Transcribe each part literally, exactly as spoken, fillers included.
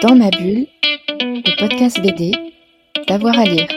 Dans ma bulle, le podcast B D, d'avoir à lire.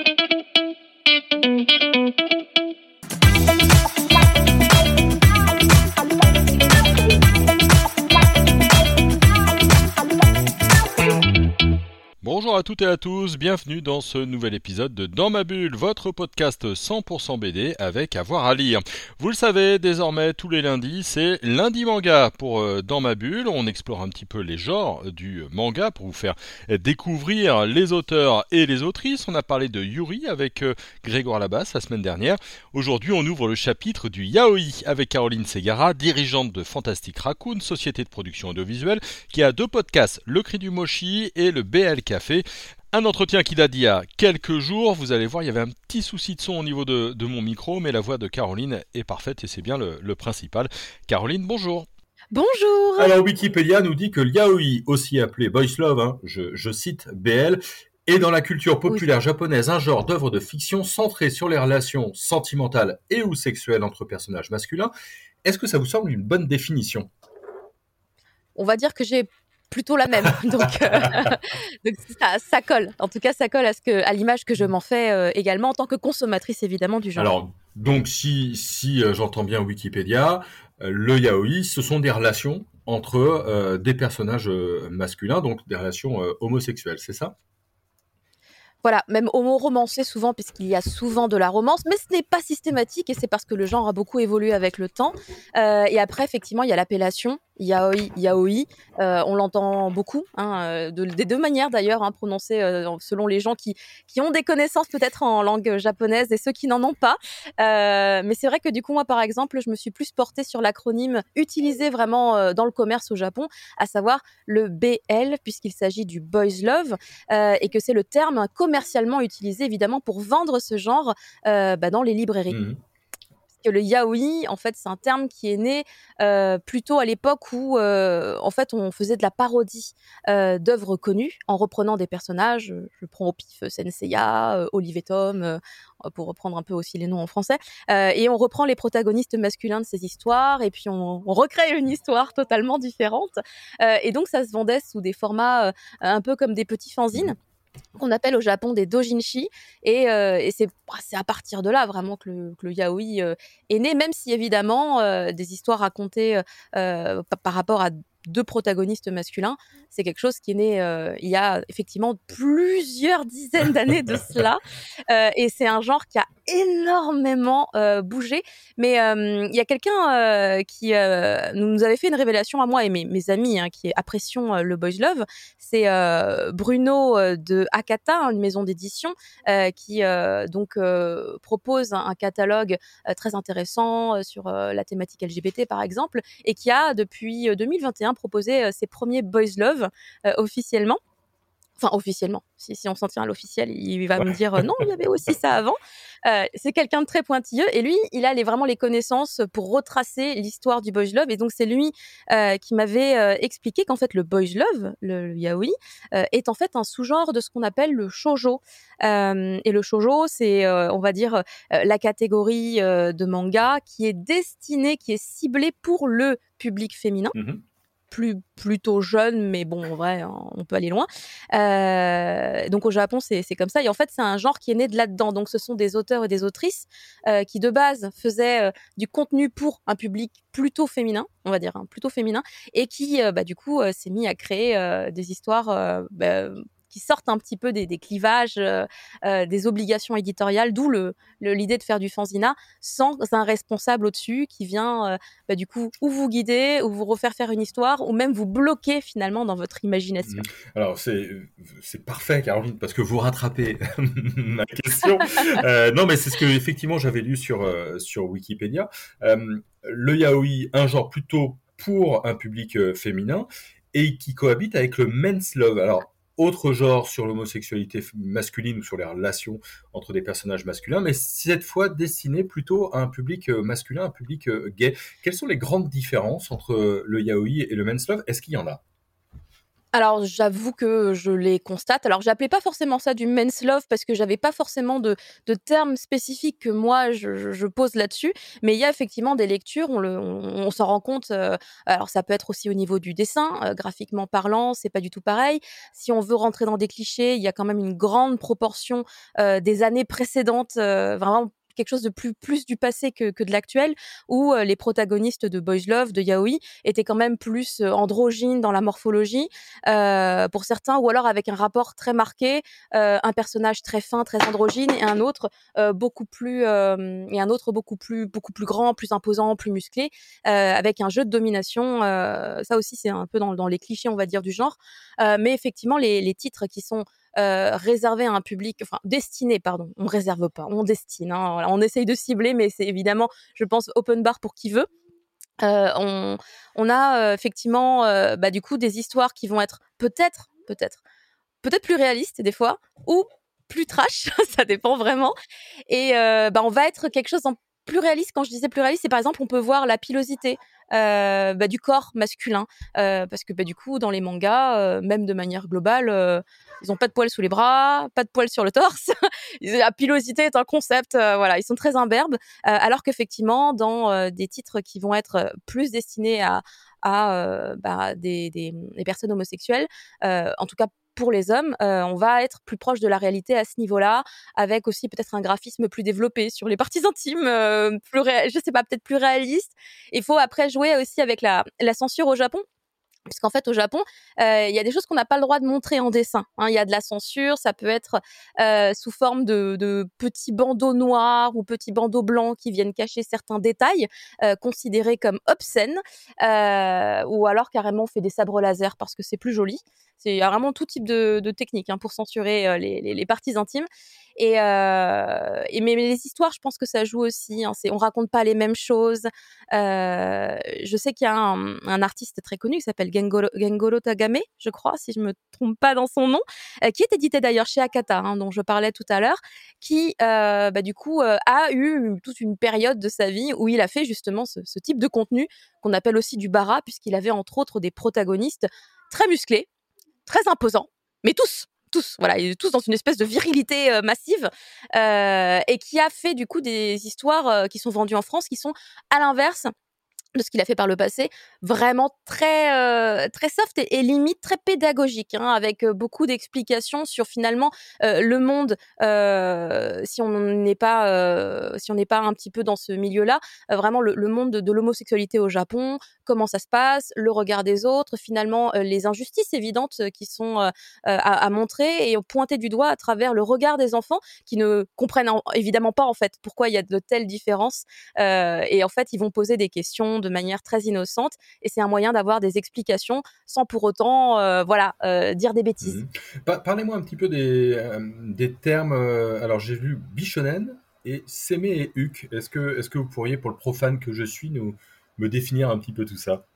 Bonjour à toutes et à tous, bienvenue dans ce nouvel épisode de Dans ma bulle, votre podcast cent pour cent B D avec avoir à lire. Vous le savez, désormais tous les lundis, c'est lundi manga pour euh, Dans ma bulle. On explore un petit peu les genres du manga pour vous faire découvrir les auteurs et les autrices. On a parlé de Yuri avec euh, Grégoire Labasse la semaine dernière. Aujourd'hui, on ouvre le chapitre du yaoi avec Caroline Segara, dirigeante de Fantastic Raccoon, société de production audiovisuelle, qui a deux podcasts, Le Cri du Mochi et le B L Café. Un entretien qui date d'il y a quelques jours. Vous allez voir, il y avait un petit souci de son au niveau de, de mon micro, mais la voix de Caroline est parfaite et c'est bien le, le principal. Caroline, bonjour. Bonjour. Alors Wikipédia nous dit que le yaoi, aussi appelé boys love, hein, je, je cite B L, est dans la culture populaire oui. japonaise un genre d'œuvre de fiction centré sur les relations sentimentales et ou sexuelles entre personnages masculins. Est-ce que ça vous semble une bonne définition ? On va dire que j'ai plutôt la même, donc, euh, donc ça, ça colle. En tout cas, ça colle à, ce que, à l'image que je m'en fais euh, également en tant que consommatrice évidemment du genre. Alors, donc si, si euh, j'entends bien Wikipédia, euh, le yaoi, ce sont des relations entre euh, des personnages euh, masculins, donc des relations euh, homosexuelles, c'est ça ? Voilà, même homo-romancé souvent, puisqu'il y a souvent de la romance, mais ce n'est pas systématique et c'est parce que le genre a beaucoup évolué avec le temps. Euh, et après, effectivement, il y a l'appellation yaoi, yaoi. Euh, on l'entend beaucoup, hein, de, des deux manières d'ailleurs, hein, prononcées euh, selon les gens qui, qui ont des connaissances peut-être en langue japonaise et ceux qui n'en ont pas. Euh, mais c'est vrai que du coup, moi, par exemple, je me suis plus portée sur l'acronyme utilisé vraiment euh, dans le commerce au Japon, à savoir le B L, puisqu'il s'agit du boys love, euh, et que c'est le terme commercialement utilisé évidemment pour vendre ce genre euh, bah, dans les librairies. Mmh. Que le yaoi, en fait, c'est un terme qui est né euh, plutôt à l'époque où, euh, en fait, on faisait de la parodie euh, d'œuvres connues en reprenant des personnages. Je prends au pif Senseiya, euh, Olive et Tom, euh, pour reprendre un peu aussi les noms en français. Euh, et on reprend les protagonistes masculins de ces histoires et puis on, on recrée une histoire totalement différente. Euh, et donc, ça se vendait sous des formats euh, un peu comme des petits fanzines. Qu'on appelle au Japon des dojinshi et, euh, et c'est, c'est à partir de là vraiment que le, que le yaoi euh, est né, même si évidemment euh, des histoires racontées euh, par, par rapport à deux protagonistes masculins, c'est quelque chose qui est né euh, il y a effectivement plusieurs dizaines d'années de cela euh, et c'est un genre qui a énormément euh, bougé, mais euh, il y a quelqu'un euh, qui euh, nous avait fait une révélation à moi et mes, mes amis hein, qui apprécions euh, le boys love, c'est euh, Bruno euh, de Akata, une maison d'édition euh, qui euh, donc euh, propose un, un catalogue euh, très intéressant euh, sur euh, la thématique L G B T par exemple et qui a depuis euh, deux mille vingt et un proposé euh, ses premiers boys love euh, officiellement. Enfin, officiellement. Si, si on s'en tient à l'officiel, il va me dire euh, non, il y avait aussi ça avant. Euh, c'est quelqu'un de très pointilleux et lui, il a les, vraiment les connaissances pour retracer l'histoire du boys love. Et donc, c'est lui euh, qui m'avait euh, expliqué qu'en fait, le boys love, le, le yaoi, euh, est en fait un sous-genre de ce qu'on appelle le shoujo. Euh, et le shoujo, c'est, euh, on va dire, euh, la catégorie euh, de manga qui est destinée, qui est ciblée pour le public féminin. Mm-hmm. Plus, plutôt jeune, mais bon, en vrai, on peut aller loin. Euh, donc, au Japon, c'est, c'est comme ça. Et en fait, c'est un genre qui est né de là-dedans. Donc, ce sont des auteurs et des autrices euh, qui, de base, faisaient euh, du contenu pour un public plutôt féminin, on va dire, hein, plutôt féminin, et qui, euh, bah, du coup, euh, s'est mis à créer euh, des histoires... Euh, bah, qui sortent un petit peu des, des clivages, euh, euh, des obligations éditoriales, d'où le, le, l'idée de faire du fanzina sans un responsable au-dessus qui vient, euh, bah, du coup, ou vous guider, ou vous refaire faire une histoire, ou même vous bloquer finalement dans votre imagination. Alors, c'est, c'est parfait, Caroline, parce que vous rattrapez ma question. euh, non, mais c'est ce que, effectivement, j'avais lu sur, euh, sur Wikipédia. Euh, le yaoi, un genre plutôt pour un public euh, féminin, et qui cohabite avec le men's love. Alors, autre genre sur l'homosexualité masculine ou sur les relations entre des personnages masculins, mais cette fois destiné plutôt à un public masculin, un public gay. Quelles sont les grandes différences entre le yaoi et le men's love ? Est-ce qu'il y en a ? Alors, j'avoue que je les constate. Alors, j'appelais pas forcément ça du men's love parce que j'avais pas forcément de, de termes spécifiques que moi je, je- je pose là-dessus. Mais il y a effectivement des lectures, on, le, on, on s'en rend compte. euh, alors, ça peut être aussi au niveau du dessin, euh, graphiquement parlant, c'est pas du tout pareil. Si on veut rentrer dans des clichés, il y a quand même une grande proportion euh, des années précédentes, euh, vraiment quelque chose de plus, plus du passé que, que de l'actuel, où euh, les protagonistes de Boys Love, de Yaoi, étaient quand même plus euh, androgynes dans la morphologie euh, pour certains, ou alors avec un rapport très marqué, euh, un personnage très fin, très androgyne, et un autre euh, beaucoup plus euh, et un autre beaucoup plus beaucoup plus grand, plus imposant, plus musclé, euh, avec un jeu de domination. Euh, ça aussi, c'est un peu dans, dans les clichés, on va dire, du genre. Euh, mais effectivement, les, les titres qui sont euh, réservés à un public, enfin destinés, pardon, on réserve pas, on destine. Hein, voilà, on essaye de cibler, mais c'est évidemment, je pense, open bar pour qui veut. Euh, on, on a euh, effectivement euh, bah, du coup des histoires qui vont être peut-être, peut-être, peut-être plus réalistes des fois, ou plus trash, ça dépend vraiment. Et euh, bah, on va être quelque chose en plus réaliste. Quand je disais plus réaliste, c'est par exemple on peut voir la pilosité euh, bah, du corps masculin, euh, parce que bah, du coup dans les mangas, euh, même de manière globale, euh, ils ont pas de poils sous les bras, pas de poils sur le torse. La pilosité est un concept, euh, voilà, ils sont très imberbes, euh, alors qu'effectivement dans euh, des titres qui vont être euh, plus destinés à à euh, bah, des, des, des personnes homosexuelles, euh, en tout cas pour les hommes, euh, on va être plus proche de la réalité à ce niveau-là, avec aussi peut-être un graphisme plus développé sur les parties intimes, euh, plus ré- je sais pas, peut-être plus réaliste. Il faut après jouer aussi avec la, la censure au Japon. Puisqu'en fait, au Japon, euh, il y a des choses qu'on n'a pas le droit de montrer en dessin. Hein. Il y a de la censure, ça peut être euh, sous forme de, de petits bandeaux noirs ou petits bandeaux blancs qui viennent cacher certains détails euh, considérés comme obscènes, euh, ou alors carrément on fait des sabres laser parce que c'est plus joli. C'est il y a vraiment tout type de, de techniques hein, pour censurer euh, les, les, les parties intimes. Et, euh, et mais, mais les histoires, je pense que ça joue aussi. Hein, c'est, on raconte pas les mêmes choses. Euh, je sais qu'il y a un, un artiste très connu qui s'appelle Gengoro, Gengoro Tagame, je crois, si je me trompe pas dans son nom, euh, qui est édité d'ailleurs chez Akata, hein, dont je parlais tout à l'heure, qui euh, bah, du coup euh, a eu toute une période de sa vie où il a fait justement ce, ce type de contenu qu'on appelle aussi du bara, puisqu'il avait entre autres des protagonistes très musclés, très imposants, mais tous. Tous, voilà, ils- tous dans une espèce de virilité euh, massive, euh, et qui a fait du coup des histoires euh, qui sont vendues en France, qui sont à l'inverse de ce qu'il a fait par le passé, vraiment très euh, très soft et, et limite très pédagogique, hein, avec euh, beaucoup d'explications sur finalement euh, le monde. Euh, si on n'est pas euh, si on n'est pas un petit peu dans ce milieu-là, euh, vraiment le, le monde de, de l'homosexualité au Japon, comment ça se passe, le regard des autres, finalement euh, les injustices évidentes euh, qui sont euh, euh, à, à montrer et pointer du doigt à travers le regard des enfants qui ne comprennent en- évidemment pas en fait pourquoi il y a de telles différences. Euh, et en fait, ils vont poser des questions de manière très innocente. Et c'est un moyen d'avoir des explications sans pour autant, euh, voilà, euh, dire des bêtises. Mhm. Pa- Parlez-moi un petit peu des, euh, des termes. euh, alors, j'ai lu Bishonen et Seme et Uke. Est-ce que, est-ce que vous pourriez, pour le profane que je suis, nous, me définir un petit peu tout ça?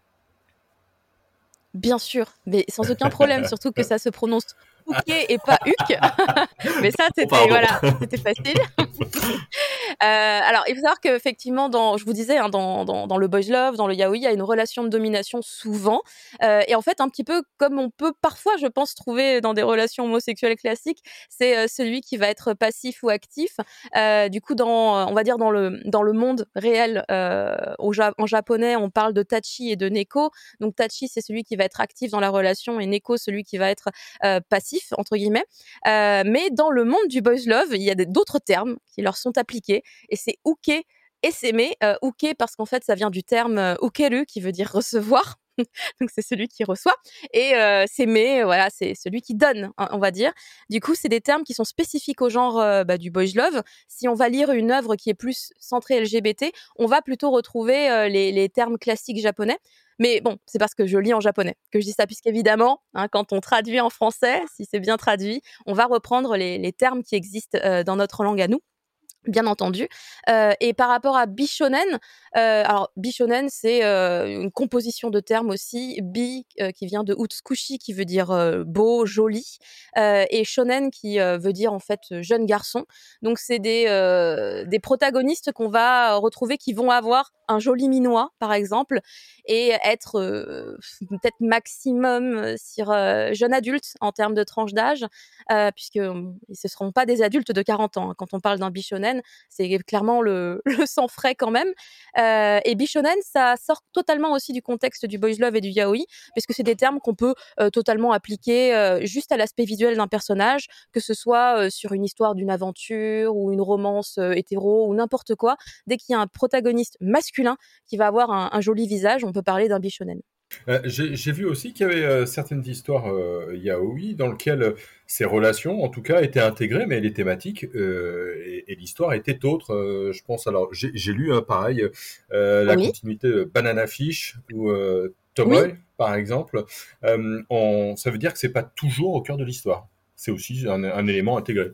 Bien sûr, mais sans aucun problème, surtout que ça se prononce Uke et pas Uke. Mais ça, Oh, c'était, pardon. voilà, c'était facile. Euh, alors, il faut savoir qu'effectivement, dans, je vous disais, hein, dans, dans, dans le boys love, dans le yaoi, il y a une relation de domination souvent. Euh, et en fait, un petit peu comme on peut parfois, je pense, trouver dans des relations homosexuelles classiques, c'est euh, celui qui va être passif ou actif. Euh, du coup, dans, on va dire dans le, dans le monde réel, euh, au ja- en japonais, on parle de tachi et de neko. Donc, tachi, c'est celui qui va être actif dans la relation et neko, celui qui va être euh, passif, entre guillemets. Euh, mais dans le monde du boys love, il y a des- d'autres termes qui leur sont appliqués et c'est uke et seme. Euh, uke parce qu'en fait ça vient du terme euh, ukeru qui veut dire recevoir. Donc c'est celui qui reçoit et euh, seme, voilà, c'est celui qui donne, hein, on va dire. Du coup, c'est des termes qui sont spécifiques au genre euh, bah, du boys love. Si on va lire une œuvre qui est plus centrée L G B T, on va plutôt retrouver euh, les, les termes classiques japonais. Mais bon, c'est parce que je lis en japonais que je dis ça, puisqu'évidemment, hein, quand on traduit en français, si c'est bien traduit, on va reprendre les, les termes qui existent euh, dans notre langue à nous. Bien entendu. Euh, et par rapport à Bishonen, euh, alors Bishonen, c'est euh, une composition de termes aussi. Bi euh, qui vient de Utsukushi, qui veut dire euh, beau, joli, euh, et Shonen qui euh, veut dire en fait jeune garçon. Donc c'est des euh, des protagonistes qu'on va retrouver qui vont avoir un joli minois, par exemple, et être euh, peut-être maximum sur euh, jeune adulte en termes de tranche d'âge, euh, puisque euh, ils ne seront pas des adultes de quarante ans. Hein. Quand on parle d'un bishonen, c'est clairement le, le sang frais quand même. Euh, et bishonen, ça sort totalement aussi du contexte du boys love et du yaoi, puisque c'est des termes qu'on peut euh, totalement appliquer euh, juste à l'aspect visuel d'un personnage, que ce soit euh, sur une histoire d'une aventure ou une romance euh, hétéro ou n'importe quoi. Dès qu'il y a un protagoniste masculin qui va avoir un, un joli visage, on peut parler d'un bishonen. Euh, j'ai j'ai vu aussi qu'il y avait euh, certaines histoires euh, yaoi dans lesquelles euh, ces relations, en tout cas, étaient intégrées, mais les thématiques euh, et, et l'histoire étaient autres. Euh, je pense alors, j'ai j'ai lu hein, pareil euh, la Oui, continuité de Banana Fish ou euh, oui. Tomoe, par exemple. Euh, on- ça veut dire que c'est pas toujours au cœur de l'histoire. C'est aussi un, un élément intégré.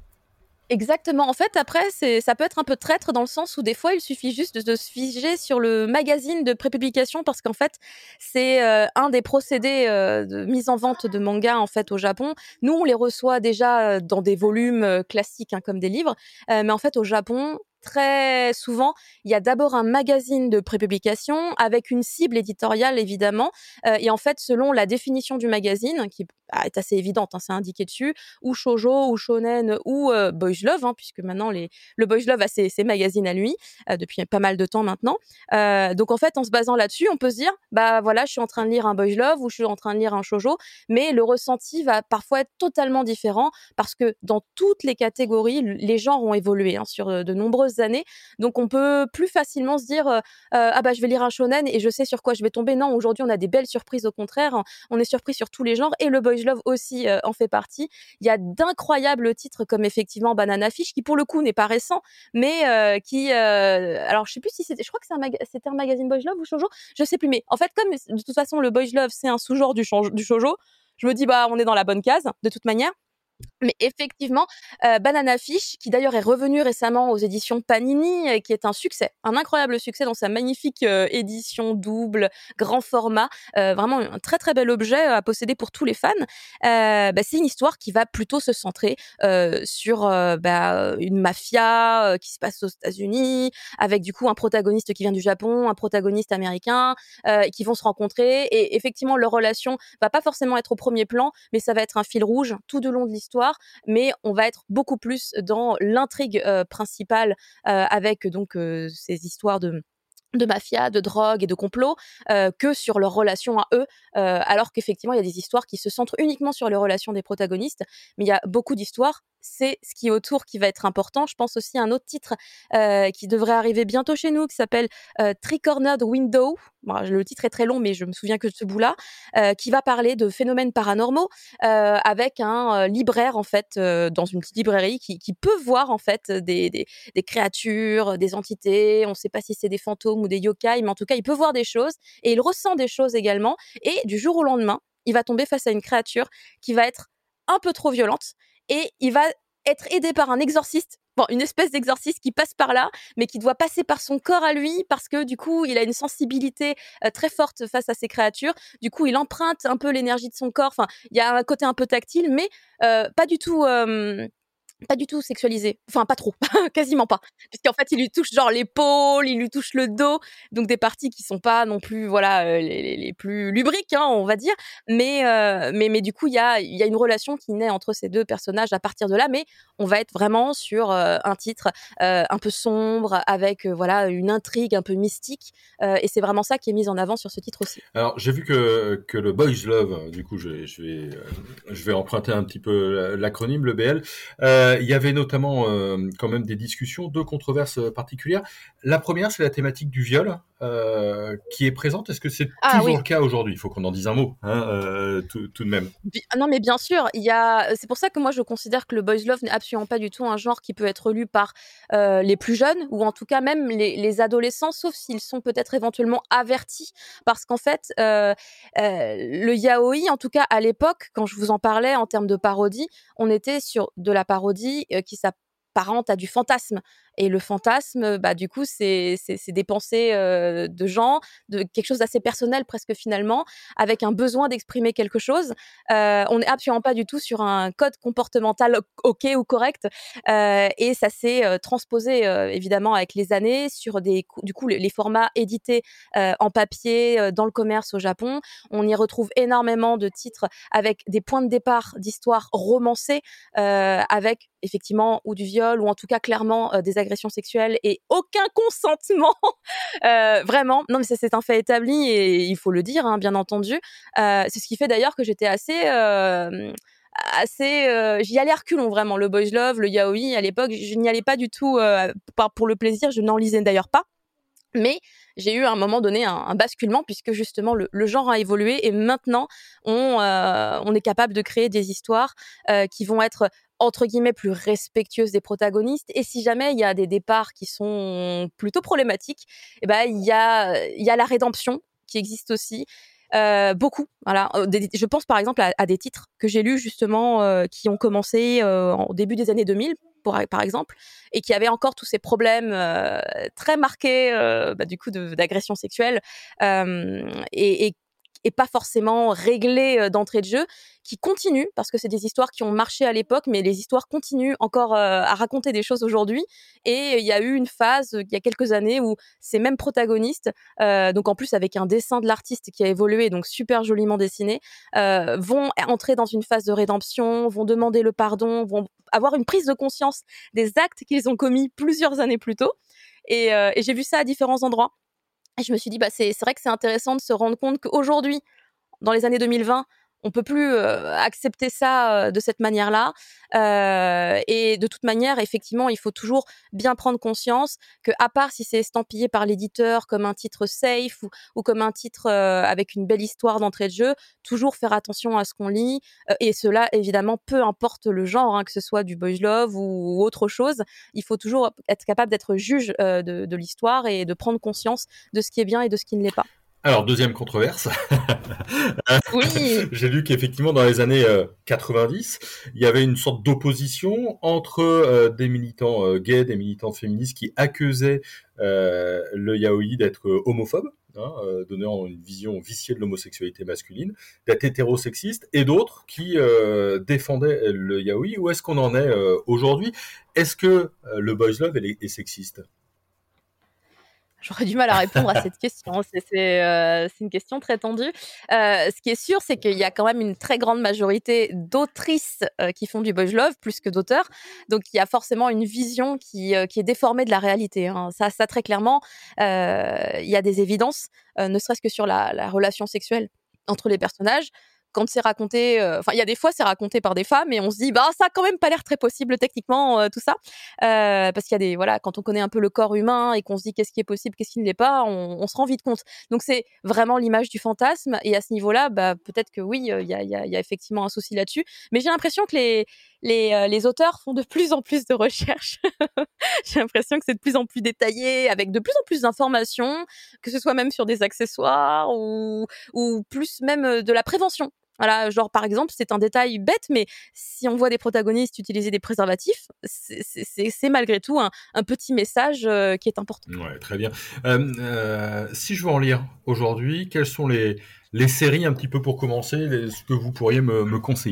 Exactement. En fait, après, c'est, ça peut être un peu traître dans le sens où des fois, il suffit juste de, de se figer sur le magazine de prépublication parce qu'en fait, c'est euh, un des procédés euh, de mise en vente de mangas en fait au Japon. Nous, on les reçoit déjà euh, dans des volumes euh, classiques hein, comme des livres, euh, mais en fait, au Japon, très souvent, il y a d'abord un magazine de prépublication avec une cible éditoriale évidemment, euh, et en fait, selon la définition du magazine, qui ah, est assez évidente, hein, c'est indiqué dessus, ou shoujo, ou shonen, ou euh, boys love, hein, puisque maintenant les, le boys love a ses, ses magazines à lui euh, depuis pas mal de temps maintenant. Euh, donc en fait, en se basant là-dessus, on peut se dire, bah voilà, je suis en train de lire un boys love ou je suis en train de lire un shoujo, mais le ressenti va parfois être totalement différent parce que dans toutes les catégories, les genres ont évolué hein, sur euh, de nombreuses années. Donc on peut plus facilement se dire, euh, euh, ah bah je vais lire un shonen et je sais sur quoi je vais tomber. Non, aujourd'hui on a des belles surprises au contraire. On est surpris sur tous les genres et le boys love aussi euh, en fait partie. Il y a d'incroyables titres comme effectivement Banana Fish qui pour le coup n'est pas récent, mais euh, qui, euh, alors je sais plus si c'était, je crois que c'est un maga- c'était un magazine boys love ou shoujo, je sais plus. Mais en fait comme de toute façon le boys love c'est un sous-genre du, shoujo- du shoujo, je me dis bah on est dans la bonne case de toute manière. Mais effectivement, heu, Banana Fish, qui d'ailleurs est revenu récemment aux éditions Panini, et qui est un succès, un incroyable succès dans sa magnifique, heu, édition double, grand format, heu, vraiment un très, très bel objet à posséder pour tous les fans. Heu, bah, c'est une histoire qui va plutôt se centrer, heu, sur, heu, bah, une mafia, heu, qui se passe aux États-Unis, avec du coup un protagoniste qui vient du Japon, un protagoniste américain, heu, qui vont se rencontrer et effectivement leur relation va pas forcément être au premier plan, mais ça va être un fil rouge tout du long de l'histoire. Mais on va être beaucoup plus dans l'intrigue euh, principale euh, avec donc euh, ces histoires de de mafia, de drogue et de complot, euh, que sur leurs relations à eux, euh, alors qu'effectivement, il y a des histoires qui se centrent uniquement sur les relations des protagonistes, mais il y a beaucoup d'histoires, c'est ce qui est autour qui va être important. Je pense aussi à un autre titre euh, qui devrait arriver bientôt chez nous, qui s'appelle euh, Three-Cornered Window. Bon, le titre est très long, mais je me souviens que de ce bout-là, euh, qui va parler de phénomènes paranormaux euh, avec un euh, libraire, en fait, euh, dans une petite librairie, qui, qui peut voir, en fait, des, des, des créatures, des entités, on ne sait pas si c'est des fantômes ou des yokai, mais en tout cas, il peut voir des choses et il ressent des choses également. Et du jour au lendemain, il va tomber face à une créature qui va être un peu trop violente et il va être aidé par un exorciste. Bon, une espèce d'exorciste qui passe par là, mais qui doit passer par son corps à lui parce que du coup, il a une sensibilité euh, très forte face à ces créatures. Du coup, il emprunte un peu l'énergie de son corps. Enfin, il y a un côté un peu tactile, mais euh, pas du tout. Euh, pas du tout sexualisé. Enfin, pas trop. Quasiment pas. Puisqu'en fait, il lui touche genre l'épaule, il lui touche le dos. Donc, des parties qui sont pas non plus, voilà, euh, les, les, les plus lubriques, hein, on va dire. Mais, euh, mais, mais du coup, il y a, il y a une relation qui naît entre ces deux personnages à partir de là. Mais on va être vraiment sur euh, un titre euh, un peu sombre, avec, euh, voilà, une intrigue un peu mystique. Euh, et c'est vraiment ça qui est mis en avant sur ce titre aussi. Alors, j'ai vu que, que le Boys Love, euh, du coup, je vais, je vais, euh, je vais emprunter un petit peu l'acronyme, le B L. Euh, il y avait notamment euh, quand même des discussions, deux controverses particulières. La première, c'est la thématique du viol euh, qui est présente. Est-ce que c'est Ah toujours oui. le cas aujourd'hui? Il faut qu'on en dise un mot, hein, euh, tout, tout de même. Bi- Non, mais bien sûr, il y a. C'est pour ça que moi je considère que le boys love n'est absolument pas du tout un genre qui peut être lu par euh, les plus jeunes ou en tout cas même les, les adolescents, sauf s'ils sont peut-être éventuellement avertis, parce qu'en fait euh, euh, le yaoi, en tout cas à l'époque, quand je vous en parlais en termes de parodie, on était sur de la parodie euh, qui s'apparente à du fantasme. Et le fantasme, bah, du coup, c'est, c'est, c'est des pensées euh, de gens, de quelque chose d'assez personnel presque finalement, avec un besoin d'exprimer quelque chose. Euh, on n'est absolument pas du tout sur un code comportemental OK ou correct. Euh, et ça s'est euh, transposé euh, évidemment avec les années sur des, du coup, les, les formats édités euh, en papier euh, dans le commerce au Japon. On y retrouve énormément de titres avec des points de départ d'histoires romancées, euh, avec effectivement ou du viol ou en tout cas clairement euh, des agressions sexuelles et aucun consentement. euh, vraiment, non mais ça, c'est un fait établi et il faut le dire, hein, bien entendu. Euh, c'est ce qui fait d'ailleurs que j'étais assez... Euh, assez euh, j'y allais à reculons vraiment, le boys love, le yaoi à l'époque, je n'y allais pas du tout euh, pour le plaisir, je n'en lisais d'ailleurs pas. Mais j'ai eu à un moment donné un, un basculement puisque justement le, le genre a évolué et maintenant on, euh, on est capable de créer des histoires euh, qui vont être entre guillemets plus respectueuses des protagonistes, et si jamais il y a des départs qui sont plutôt problématiques, eh ben il y a il y a la rédemption qui existe aussi. Euh, beaucoup, voilà. Des, je pense par exemple à, à des titres que j'ai lus justement euh, qui ont commencé euh, au début des années deux mille, pour, par exemple, et qui avaient encore tous ces problèmes euh, très marqués, euh, bah, du coup, de, d'agression sexuelle euh, et, et et pas forcément réglés d'entrée de jeu, qui continuent, parce que c'est des histoires qui ont marché à l'époque, mais les histoires continuent encore euh, à raconter des choses aujourd'hui. Et il y a eu une phase, il y a quelques années, où ces mêmes protagonistes, euh, donc en plus avec un dessin de l'artiste qui a évolué, donc super joliment dessiné, euh, vont entrer dans une phase de rédemption, vont demander le pardon, vont avoir une prise de conscience des actes qu'ils ont commis plusieurs années plus tôt. Et, euh, et j'ai vu ça à différents endroits. Et je me suis dit, bah, c'est, c'est vrai que c'est intéressant de se rendre compte qu'aujourd'hui, dans les années deux mille vingt, on peut plus euh, accepter ça euh, de cette manière-là. Euh, et de toute manière, effectivement, il faut toujours bien prendre conscience que, à part si c'est estampillé par l'éditeur comme un titre safe ou, ou comme un titre euh, avec une belle histoire d'entrée de jeu, toujours faire attention à ce qu'on lit. Euh, et cela, évidemment, peu importe le genre, hein, que ce soit du boys love ou, ou autre chose, il faut toujours être capable d'être juge euh, de, de l'histoire et de prendre conscience de ce qui est bien et de ce qui ne l'est pas. Alors, deuxième controverse. Oui. J'ai lu qu'effectivement, dans les années euh, quatre-vingt-dix, il y avait une sorte d'opposition entre euh, des militants euh, gays, des militants féministes qui accusaient euh, le yaoi d'être euh, homophobe, hein, euh, donnant une vision viciée de l'homosexualité masculine, d'être hétérosexiste, et d'autres qui euh, défendaient le yaoi. Où est-ce qu'on en est euh, aujourd'hui ? Est-ce que euh, le boys love est, est sexiste ? J'aurais du mal à répondre à cette question. C'est, c'est, euh, c'est une question très tendue. Euh, ce qui est sûr, c'est qu'il y a quand même une très grande majorité d'autrices euh, qui font du boys love plus que d'auteurs. Donc, il y a forcément une vision qui, euh, qui est déformée de la réalité. Hein. Ça, ça, très clairement, euh, il y a des évidences, euh, ne serait-ce que sur la, la relation sexuelle entre les personnages. Quand c'est raconté, enfin, euh, il y a des fois, c'est raconté par des femmes et on se dit, bah, ça a quand même pas l'air très possible techniquement, euh, tout ça. Euh, parce qu'il y a des, voilà, quand on connaît un peu le corps humain et qu'on se dit qu'est-ce qui est possible, qu'est-ce qui ne l'est pas, on, on se rend vite compte. Donc, c'est vraiment l'image du fantasme. Et à ce niveau-là, bah, peut-être que oui, il y a, y a, y a effectivement un souci là-dessus. Mais j'ai l'impression que les, les, euh, les auteurs font de plus en plus de recherches. J'ai l'impression que c'est de plus en plus détaillé, avec de plus en plus d'informations, que ce soit même sur des accessoires ou, ou plus même de la prévention. Voilà, genre par exemple, c'est un détail bête, mais si on voit des protagonistes utiliser des préservatifs, c'est, c'est, c'est malgré tout un, un petit message euh, qui est important. Ouais, très bien. Euh, euh, si je veux en lire aujourd'hui, quelles sont les, les séries un petit peu pour commencer, les, ce que vous pourriez me, me conseiller ?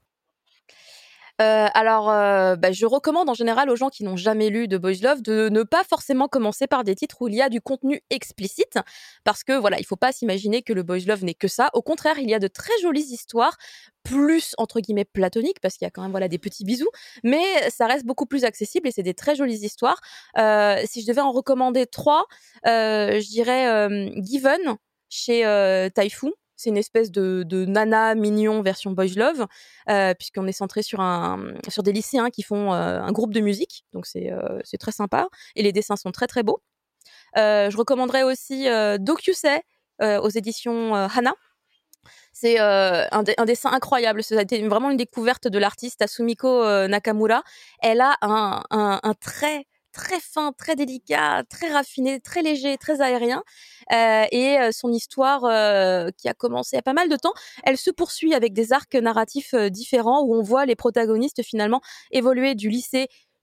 Euh, alors, euh, bah, je recommande en général aux gens qui n'ont jamais lu de boys love de ne pas forcément commencer par des titres où il y a du contenu explicite, parce que voilà, il faut pas s'imaginer que le boys love n'est que ça. Au contraire, il y a de très jolies histoires, plus entre guillemets platoniques, parce qu'il y a quand même voilà des petits bisous, mais ça reste beaucoup plus accessible et c'est des très jolies histoires. Euh, si je devais en recommander trois, euh, je dirais euh, Given chez euh, Taifu. C'est une espèce de, de nana mignon version boys love, euh, puisqu'on est centré sur un sur des lycéens qui font euh, un groupe de musique, donc c'est euh, c'est très sympa et les dessins sont très très beaux. Euh, je recommanderais aussi euh, Dokusei euh, aux éditions euh, Hana. C'est euh, un, de- un dessin incroyable. Ça a été vraiment une découverte de l'artiste Asumiko euh, Nakamura. Elle a un, un, un trait très fin, très délicat, très raffiné, très léger, très aérien. Euh, et euh, son histoire, euh, qui a commencé il y a pas mal de temps, elle se poursuit avec des arcs narratifs euh, différents où on voit les protagonistes finalement évoluer du lycée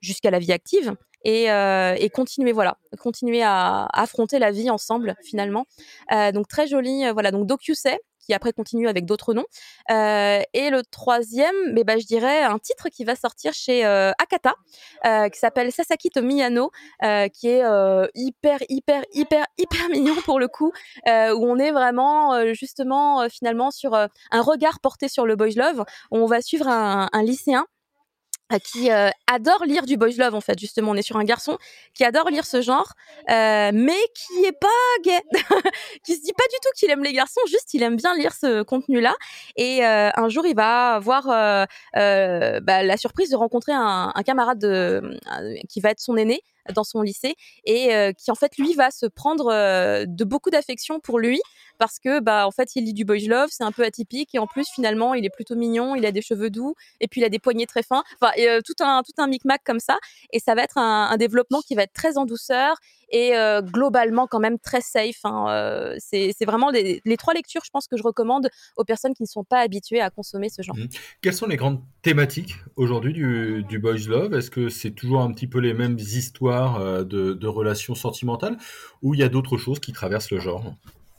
jusqu'à la vie active et, euh, et continuer voilà, continuer à, à affronter la vie ensemble finalement. Euh, donc très joli, euh, voilà. Donc Dokusei qui après continue avec d'autres noms. Euh, et le troisième, mais bah, je dirais un titre qui va sortir chez euh, Akata, euh, qui s'appelle Sasaki to Miyano, euh, qui est euh, hyper, hyper, hyper, hyper mignon pour le coup, euh, où on est vraiment euh, justement euh, finalement sur euh, un regard porté sur le boys love, où on va suivre un, un lycéen qui euh, adore lire du boys love en fait. Justement, on est sur un garçon qui adore lire ce genre, euh, mais qui est pas gay, qui se dit pas du tout qu'il aime les garçons, juste il aime bien lire ce contenu-là. Et euh, un jour, il va avoir euh, euh, bah, la surprise de rencontrer un, un camarade de, euh, qui va être son aîné dans son lycée et euh, qui en fait lui va se prendre euh, de beaucoup d'affection pour lui parce que bah en fait il lit du boys love, c'est un peu atypique et en plus finalement il est plutôt mignon, il a des cheveux doux et puis il a des poignets très fins, enfin et, euh, tout un tout un micmac comme ça et ça va être un, un développement qui va être très en douceur et euh, globalement quand même très safe, hein. euh, c'est c'est vraiment les, les trois lectures je pense que je recommande aux personnes qui ne sont pas habituées à consommer ce genre. Mmh. Quelles sont les grandes thématiques aujourd'hui du, du boys love? Est-ce que c'est toujours un petit peu les mêmes histoires euh, de, de relations sentimentales ou il y a d'autres choses qui traversent le genre?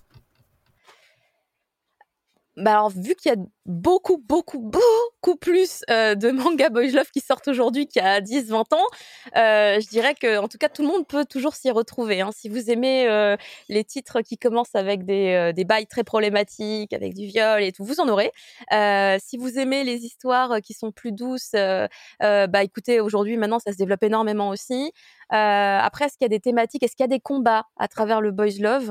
Bah alors, vu qu'il y a beaucoup, beaucoup, beaucoup plus euh, de mangas boys love qui sortent aujourd'hui qu'il y a dix vingt ans, euh, je dirais que, en tout cas, tout le monde peut toujours s'y retrouver, hein. Si vous aimez euh, les titres qui commencent avec des, euh, des bails très problématiques, avec du viol et tout, vous en aurez. Euh, si vous aimez les histoires qui sont plus douces, euh, euh, bah écoutez, aujourd'hui, maintenant, ça se développe énormément aussi. Euh, après, est-ce qu'il y a des thématiques, est-ce qu'il y a des combats à travers le boys love?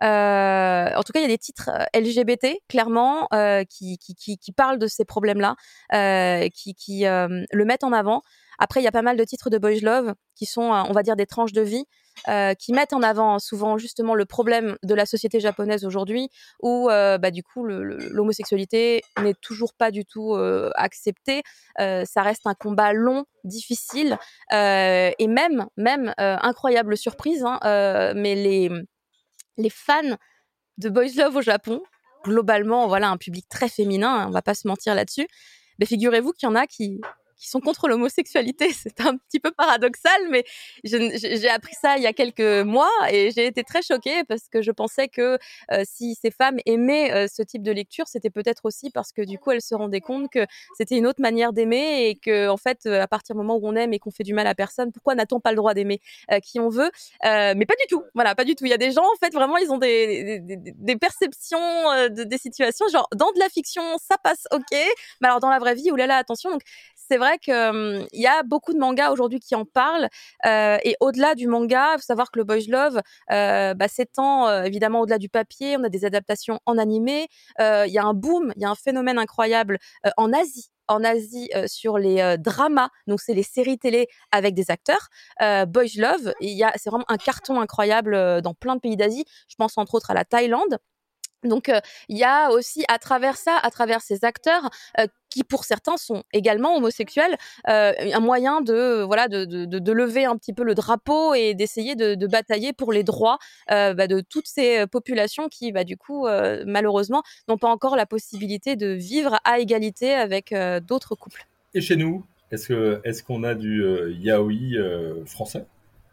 Euh, en tout cas, il y a des titres L G B T, clairement, euh, qui, qui, qui, qui parlent de ces problèmes-là, euh, qui, qui euh, le mettent en avant. Après, il y a pas mal de titres de boys love qui sont, euh, on va dire, des tranches de vie, euh, qui mettent en avant souvent justement le problème de la société japonaise aujourd'hui, où euh, bah, du coup, le, le, l'homosexualité n'est toujours pas du tout euh, acceptée. Euh, ça reste un combat long, difficile, euh, et même, même euh, incroyable surprise, hein, euh, mais les les fans de boys love au Japon, globalement, voilà, un public très féminin, hein, on va pas se mentir là-dessus. Mais figurez-vous qu'il y en a qui qui sont contre l'homosexualité. C'est un petit peu paradoxal, mais je, j'ai appris ça il y a quelques mois et j'ai été très choquée parce que je pensais que euh, si ces femmes aimaient euh, ce type de lecture, c'était peut-être aussi parce que du coup, elles se rendaient compte que c'était une autre manière d'aimer et que, en fait, à partir du moment où on aime et qu'on fait du mal à personne, pourquoi n'a-t-on pas le droit d'aimer euh, qui on veut? euh, Mais pas du tout. Voilà, pas du tout. Il y a des gens, en fait, vraiment, ils ont des, des, des, des perceptions euh, de, des situations. Genre, dans de la fiction, ça passe, ok. Mais alors, dans la vraie vie, oulala, attention. Donc, c'est vrai qu'il euh, y a beaucoup de mangas aujourd'hui qui en parlent. Euh, et au-delà du manga, il faut savoir que le boys love euh, bah, s'étend euh, évidemment au-delà du papier. On a des adaptations en animé. Il euh, y a un boom, il y a un phénomène incroyable euh, en Asie. En Asie euh, sur les euh, dramas, donc c'est les séries télé avec des acteurs. Euh, Boys Love, il y a, c'est vraiment un carton incroyable euh, dans plein de pays d'Asie. Je pense entre autres à la Thaïlande. Donc il euh, y a aussi à travers ça, à travers ces acteurs euh, qui pour certains sont également homosexuels, euh, un moyen de voilà de, de, de lever un petit peu le drapeau et d'essayer de, de batailler pour les droits euh, bah, de toutes ces populations qui bah, du coup euh, malheureusement n'ont pas encore la possibilité de vivre à égalité avec euh, d'autres couples. Et chez nous, est-ce que est-ce qu'on a du euh, yaoi euh, français?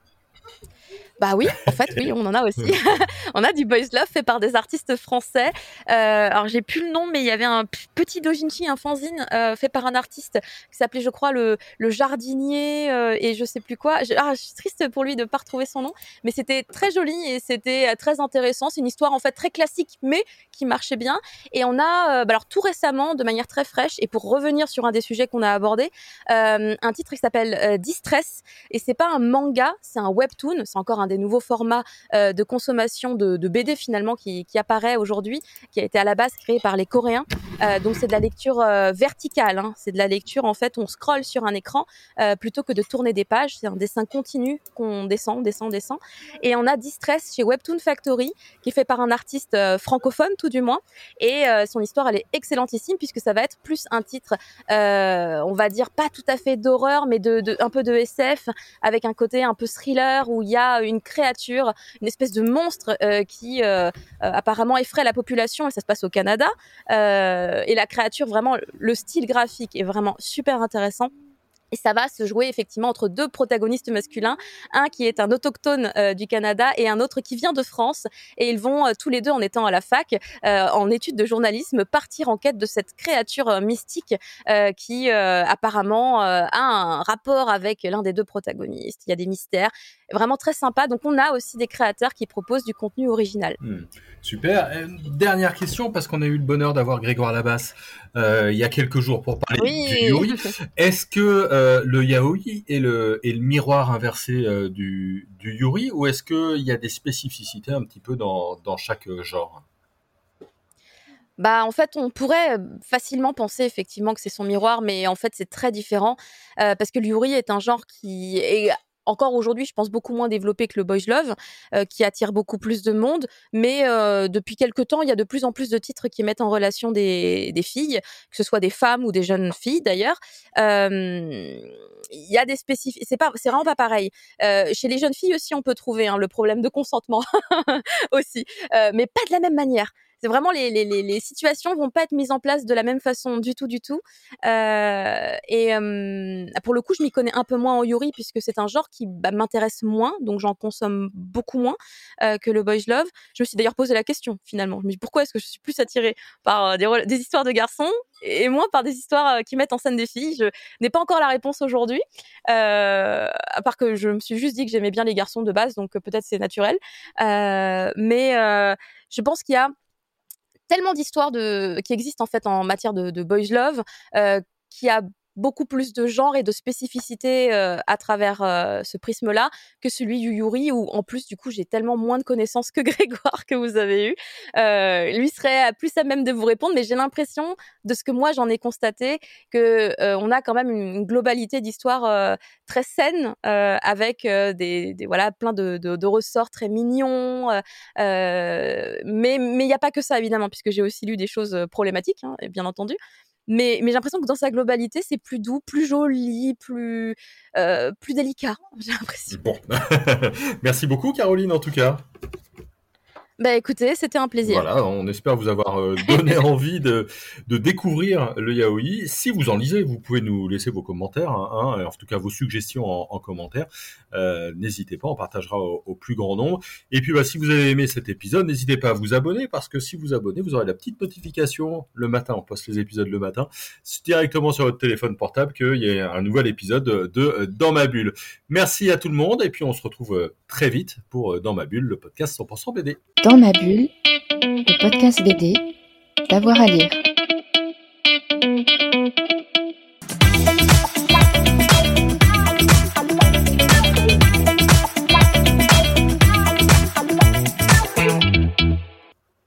Bah oui, en fait, oui, on en a aussi. On a du boys love fait par des artistes français. Euh, alors, j'ai plus le nom, mais il y avait un p- petit dojinshi, un fanzine euh, fait par un artiste qui s'appelait, je crois, le, le jardinier euh, et je sais plus quoi. Je, ah, je suis triste pour lui de pas retrouver son nom, mais c'était très joli et c'était euh, très intéressant. C'est une histoire en fait très classique, mais qui marchait bien. Et on a, euh, bah alors tout récemment, de manière très fraîche, et pour revenir sur un des sujets qu'on a abordé, euh, un titre qui s'appelle euh, Distress. Et c'est pas un manga, c'est un webtoon. C'est encore un des nouveaux formats euh, de consommation de, de B D finalement qui, qui apparaît aujourd'hui, qui a été à la base créé par les Coréens. Euh, donc c'est de la lecture euh, verticale, hein. C'est de la lecture en fait, on scrolle sur un écran euh, plutôt que de tourner des pages. C'est un dessin continu qu'on descend, descend, descend. Et on a Distress chez Webtoon Factory, qui est fait par un artiste euh, francophone tout du moins. Et euh, son histoire elle est excellentissime puisque ça va être plus un titre, euh, on va dire pas tout à fait d'horreur, mais de, de un peu de S F avec un côté un peu thriller où il y a une créature, une espèce de monstre euh, qui euh, euh, apparemment effraie la population et ça se passe au Canada. Euh, et la créature, vraiment, le style graphique est vraiment super intéressant. Et ça va se jouer effectivement entre deux protagonistes masculins, un qui est un autochtone euh, du Canada et un autre qui vient de France. Et ils vont euh, tous les deux, en étant à la fac, euh, en études de journalisme, partir en quête de cette créature euh, mystique euh, qui euh, apparemment euh, a un rapport avec l'un des deux protagonistes. Il y a des mystères, vraiment très sympa. Donc on a aussi des créateurs qui proposent du contenu original. Hmm, super. Euh, dernière question, parce qu'on a eu le bonheur d'avoir Grégoire Labasse euh, il y a quelques jours pour parler Oui. du Yuri. Est-ce que euh, le yaoi est le, est le miroir inversé euh, du, du Yuri, ou est-ce qu'il y a des spécificités un petit peu dans, dans chaque genre? Bah, en fait, on pourrait facilement penser effectivement que c'est son miroir, mais en fait, c'est très différent euh, parce que le Yuri est un genre qui est encore aujourd'hui, je pense, beaucoup moins développé que le boys love, euh, qui attire beaucoup plus de monde. Mais euh, depuis quelques temps, il y a de plus en plus de titres qui mettent en relation des, des filles, que ce soit des femmes ou des jeunes filles d'ailleurs. Euh, il y a des spécifiques, c'est pas, c'est vraiment pas pareil. Euh, chez les jeunes filles aussi, on peut trouver hein, le problème de consentement aussi, euh, mais pas de la même manière. C'est vraiment les, les, les, les situations vont pas être mises en place de la même façon du tout, du tout. Euh, et euh, pour le coup, je m'y connais un peu moins en Yuri puisque c'est un genre qui bah, m'intéresse moins, donc j'en consomme beaucoup moins euh, que le boys love. Je me suis d'ailleurs posé la question finalement. Je me dis pourquoi est-ce que je suis plus attirée par euh, des, des histoires de garçons et moins par des histoires euh, qui mettent en scène des filles. Je n'ai pas encore la réponse aujourd'hui, euh, à part que je me suis juste dit que j'aimais bien les garçons de base, donc euh, peut-être c'est naturel. Euh, mais euh, je pense qu'il y a tellement d'histoires de, qui existent en fait en matière de, de boys love, euh, qui a beaucoup plus de genres et de spécificités euh, à travers euh, ce prisme-là que celui du Yuri, où en plus du coup j'ai tellement moins de connaissances que Grégoire que vous avez eu. Euh, lui serait plus à même de vous répondre, mais j'ai l'impression de ce que moi j'en ai constaté que euh, on a quand même une, une globalité d'histoires euh, très saine euh, avec euh, des, des voilà plein de, de, de ressorts très mignons. Euh, mais mais il n'y a pas que ça évidemment, puisque j'ai aussi lu des choses problématiques, hein, bien entendu. Mais, mais j'ai l'impression que dans sa globalité, c'est plus doux, plus joli, plus, euh, plus délicat, j'ai l'impression. Bon. Merci beaucoup, Caroline, en tout cas. Bah écoutez, c'était un plaisir. Voilà, on espère vous avoir euh, donné envie de, de découvrir le yaoi. Si vous en lisez, vous pouvez nous laisser vos commentaires, hein, hein, en tout cas vos suggestions en, en commentaire. Euh, n'hésitez pas, on partagera au, au plus grand nombre. Et puis bah, si vous avez aimé cet épisode, n'hésitez pas à vous abonner, parce que si vous abonnez, vous aurez la petite notification le matin, on poste les épisodes le matin, directement sur votre téléphone portable qu'il y a un nouvel épisode de Dans ma bulle. Merci à tout le monde, et puis on se retrouve très vite pour Dans ma bulle, le podcast cent pour cent B D. Dans ma bulle, le podcast B D, d'avoir à lire.